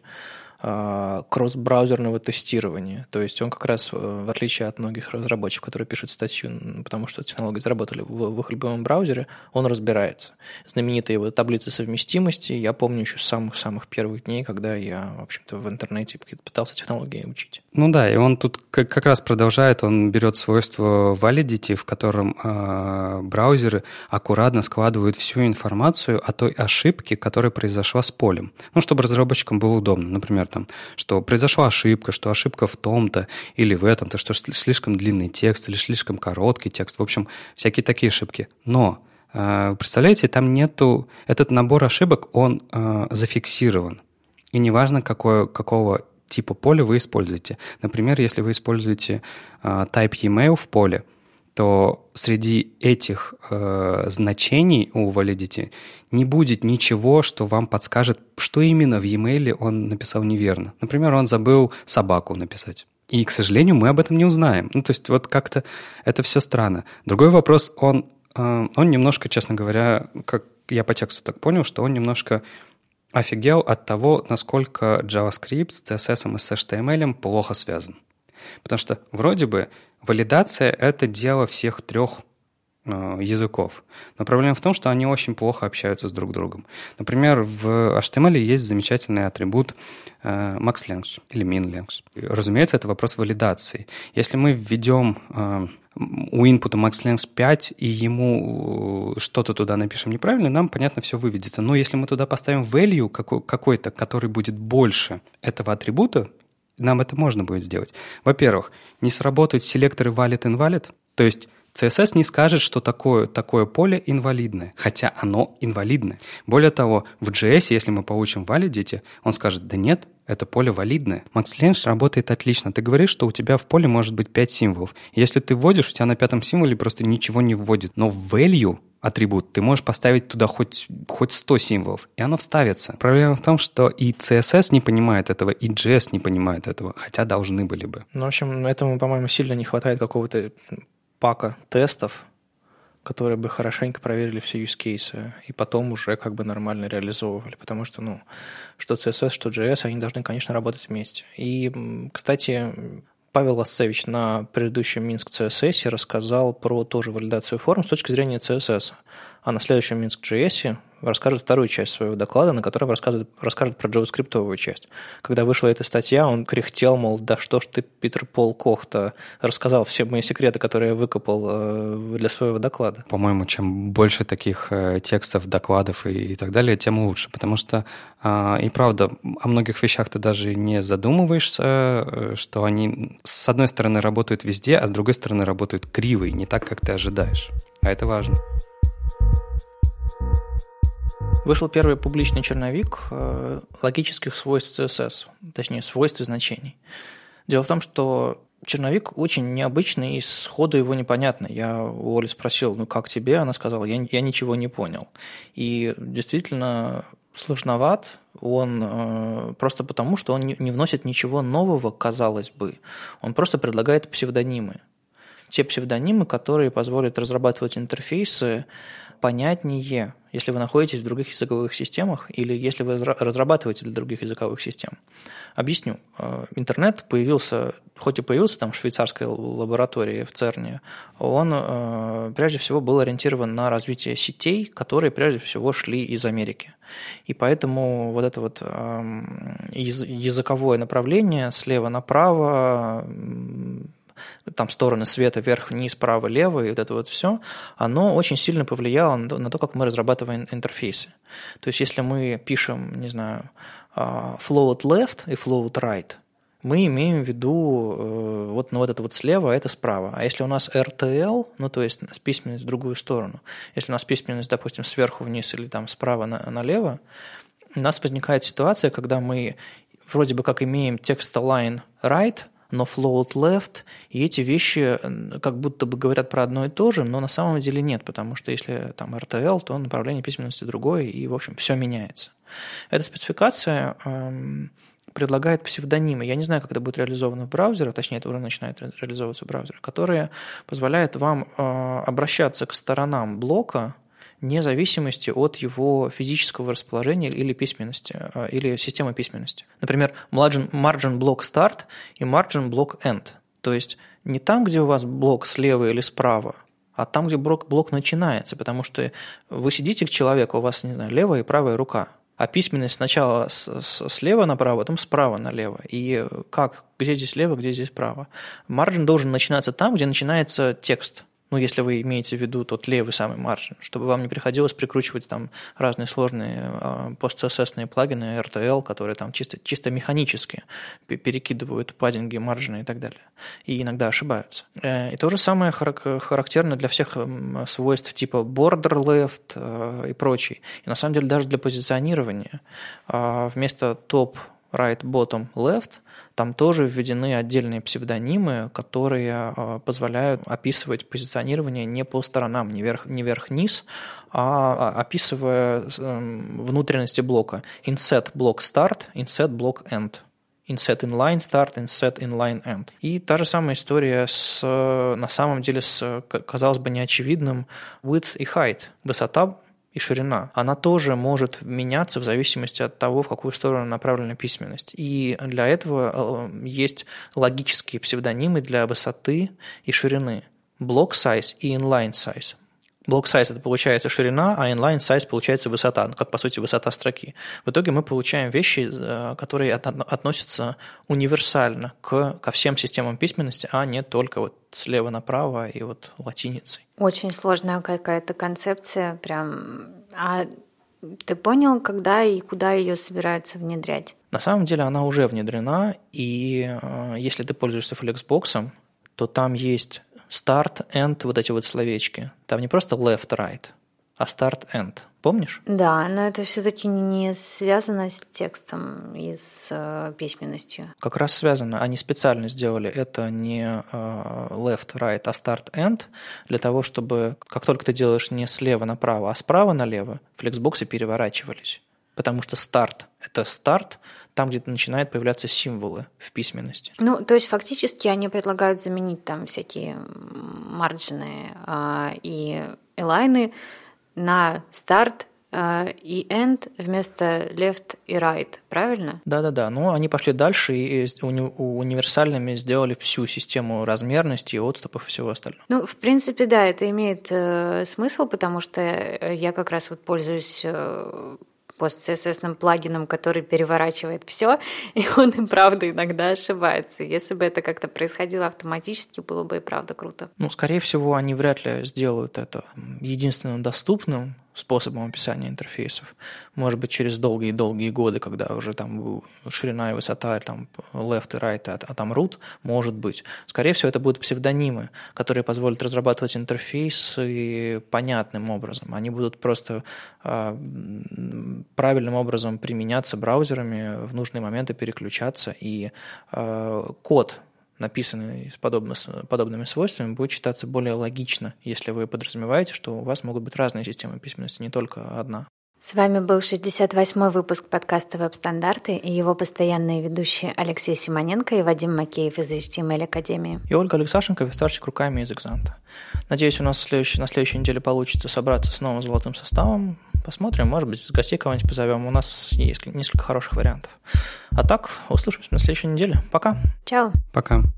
кросс-браузерного тестирования. То есть он как раз, в отличие от многих разработчиков, которые пишут статью, потому что технологии заработали в их любимом браузере, он разбирается. Знаменитая его таблица совместимости, я помню еще с самых-самых первых дней, когда я, в общем-то, в интернете пытался технологии учить. Да, и он тут как раз продолжает, он берет свойство validity, в котором браузеры аккуратно складывают всю информацию о той ошибке, которая произошла с полем. Чтобы разработчикам было удобно. Например, что произошла ошибка, что ошибка в том-то или в этом-то, что слишком длинный текст или слишком короткий текст. В общем, всякие такие ошибки. Но, представляете, там нету... Этот набор ошибок, он зафиксирован. И неважно, какого типа поля вы используете. Например, если вы используете type email в поле, то среди этих значений у validity не будет ничего, что вам подскажет, что именно в e-mail он написал неверно. Например, он забыл собаку написать. И, к сожалению, мы об этом не узнаем. То есть вот как-то это все странно. Другой вопрос, он немножко, честно говоря, как я по тексту так понял, что он немножко офигел от того, насколько JavaScript с CSS и с HTML плохо связан. Потому что вроде бы валидация – это дело всех 3 языков. Но проблема в том, что они очень плохо общаются с друг другом. Например, в HTML есть замечательный атрибут maxLength или minLength. Разумеется, это вопрос валидации. Если мы введем у инпута maxLength 5 и ему что-то туда напишем неправильно, нам, понятно, все выведется. Но если мы туда поставим value какой-то, который будет больше этого атрибута, нам это можно будет сделать. Во-первых, не сработают селекторы valid-invalid, то есть CSS не скажет, что такое поле инвалидное, хотя оно инвалидное. Более того, в JS, если мы получим validity, он скажет, да нет, это поле валидное. maxLength работает отлично. Ты говоришь, что у тебя в поле может быть 5 символов. Если ты вводишь, у тебя на 5-м символе просто ничего не вводит. Но value атрибут, ты можешь поставить туда хоть 100 символов, и оно вставится. Проблема в том, что и CSS не понимает этого, и JS не понимает этого, хотя должны были бы. В общем, этому, по-моему, сильно не хватает какого-то пака тестов, которые бы хорошенько проверили все юзкейсы, и потом уже нормально реализовывали, потому что, что CSS, что JS, они должны, конечно, работать вместе. И, кстати, Павел Ласцевич на предыдущем Минск CSS рассказал про тоже валидацию форм с точки зрения CSS. А на следующем Minsk.js расскажет вторую часть своего доклада, на котором расскажет про JavaScript-овую часть. Когда вышла эта статья, он кряхтел, мол, да что ж ты, Питер Пол Кох-то, рассказал все мои секреты, которые я выкопал для своего доклада. По-моему, чем больше таких текстов, докладов и так далее, тем лучше. Потому что, и правда, о многих вещах ты даже не задумываешься, что они, с одной стороны, работают везде, а с другой стороны, работают криво, и не так, как ты ожидаешь. А это важно. Вышел первый публичный черновик логических свойств CSS, точнее, свойств и значений. Дело в том, что черновик очень необычный, и сходу его непонятно. Я у Оли спросил, ну как тебе? Она сказала, я ничего не понял. И действительно сложноват он просто потому, что он не вносит ничего нового, казалось бы. Он просто предлагает псевдонимы. Те псевдонимы, которые позволят разрабатывать интерфейсы понятнее, если вы находитесь в других языковых системах или если вы разрабатываете для других языковых систем. Объясню. Интернет появился, хоть и появился там в швейцарской лаборатории в ЦЕРНе, он прежде всего был ориентирован на развитие сетей, которые прежде всего шли из Америки. И поэтому вот это вот языковое направление слева направо, там стороны света вверх, вниз, право, лево, и вот это вот все, оно очень сильно повлияло на то, как мы разрабатываем интерфейсы. То есть, если мы пишем, не знаю, float left и float right, мы имеем в виду вот это вот слева, а это справа. А если у нас RTL, ну, то есть письменность в другую сторону, если у нас письменность, допустим, сверху вниз или там справа налево, у нас возникает ситуация, когда мы вроде бы как имеем text-align right, но float left, и эти вещи как будто бы говорят про одно и то же, но на самом деле нет, потому что если там RTL, то направление письменности другое, и, в общем, все меняется. Эта спецификация предлагает псевдонимы. Я не знаю, как это будет реализовано в браузерах, точнее, это уже начинает реализовываться в браузерах, которые позволяют вам обращаться к сторонам блока вне зависимости от его физического расположения или письменности, или системы письменности. Например, margin block start и margin block end. То есть не там, где у вас блок слева или справа, а там, где блок начинается, потому что вы сидите к человеку, у вас, не знаю, левая и правая рука, а письменность сначала слева направо, потом справа налево. И как? Где здесь лево, где здесь право? Margin должен начинаться там, где начинается текст. Ну, если вы имеете в виду тот левый самый маржин, чтобы вам не приходилось прикручивать там разные сложные пост-CSS-ные плагины, RTL, которые там чисто механически перекидывают паддинги, маржины и так далее. И иногда ошибаются. И то же самое характерно для всех свойств типа border left и прочее. И на самом деле даже для позиционирования вместо top, right, bottom, left там тоже введены отдельные псевдонимы, которые позволяют описывать позиционирование не по сторонам, не вверх-вниз, а описывая внутренности блока. Inset block start, inset block end. Inset inline start, inset inline end. И та же самая история на самом деле с, казалось бы, неочевидным width и height. Высота и ширина, она тоже может меняться в зависимости от того, в какую сторону направлена письменность. И для этого есть логические псевдонимы для высоты и ширины. Block size и inline size. Block size – это получается ширина, а inline size получается высота, как по сути высота строки. В итоге мы получаем вещи, которые относятся универсально ко всем системам письменности, а не только вот слева направо и вот латиницей. Очень сложная какая-то концепция, прям. А ты понял, когда и куда ее собираются внедрять? На самом деле она уже внедрена, и если ты пользуешься Flexbox, то там есть start, end, вот эти вот словечки. Там не просто left, right, а start, end. Помнишь? Да, но это все-таки не связано с текстом и с письменностью. Как раз связано. Они специально сделали это не left, right, а start, end, для того, чтобы как только ты делаешь не слева направо, а справа налево, флексбоксы переворачивались. Потому что старт – это старт, там, где начинают появляться символы в письменности. Ну, то есть фактически они предлагают заменить там всякие марджины и элайны на старт, и end вместо left и right, правильно? Да-да-да, но они пошли дальше и универсальными сделали всю систему размерности, отступов и всего остального. Ну, в принципе, да, это имеет смысл, потому что я как раз вот пользуюсь пост-CSS-ным плагином, который переворачивает все, и он и правда иногда ошибается. Если бы это как-то происходило автоматически, было бы и правда круто. Ну, скорее всего, они вряд ли сделают это единственным доступным способом описания интерфейсов. Может быть, через долгие-долгие годы, когда уже там ширина и высота, там left и right, а там root, может быть. Скорее всего, это будут псевдонимы, которые позволят разрабатывать интерфейсы понятным образом. Они будут просто правильным образом применяться браузерами, в нужные моменты переключаться, и код, написанный с подобными свойствами, будет считаться более логично, если вы подразумеваете, что у вас могут быть разные системы письменности, не только одна. С вами был 68-й выпуск подкаста «Веб-стандарты» и его постоянные ведущие Алексей Симоненко и Вадим Макеев из HTML Академии. И Ольга Алексашенко, верстальщик руками из Экзанта. Надеюсь, у нас на следующей неделе получится собраться с новым золотым составом. Посмотрим, может быть, с гостей кого-нибудь позовем. У нас есть несколько хороших вариантов. А так, услышимся на следующей неделе. Пока. Чао. Пока.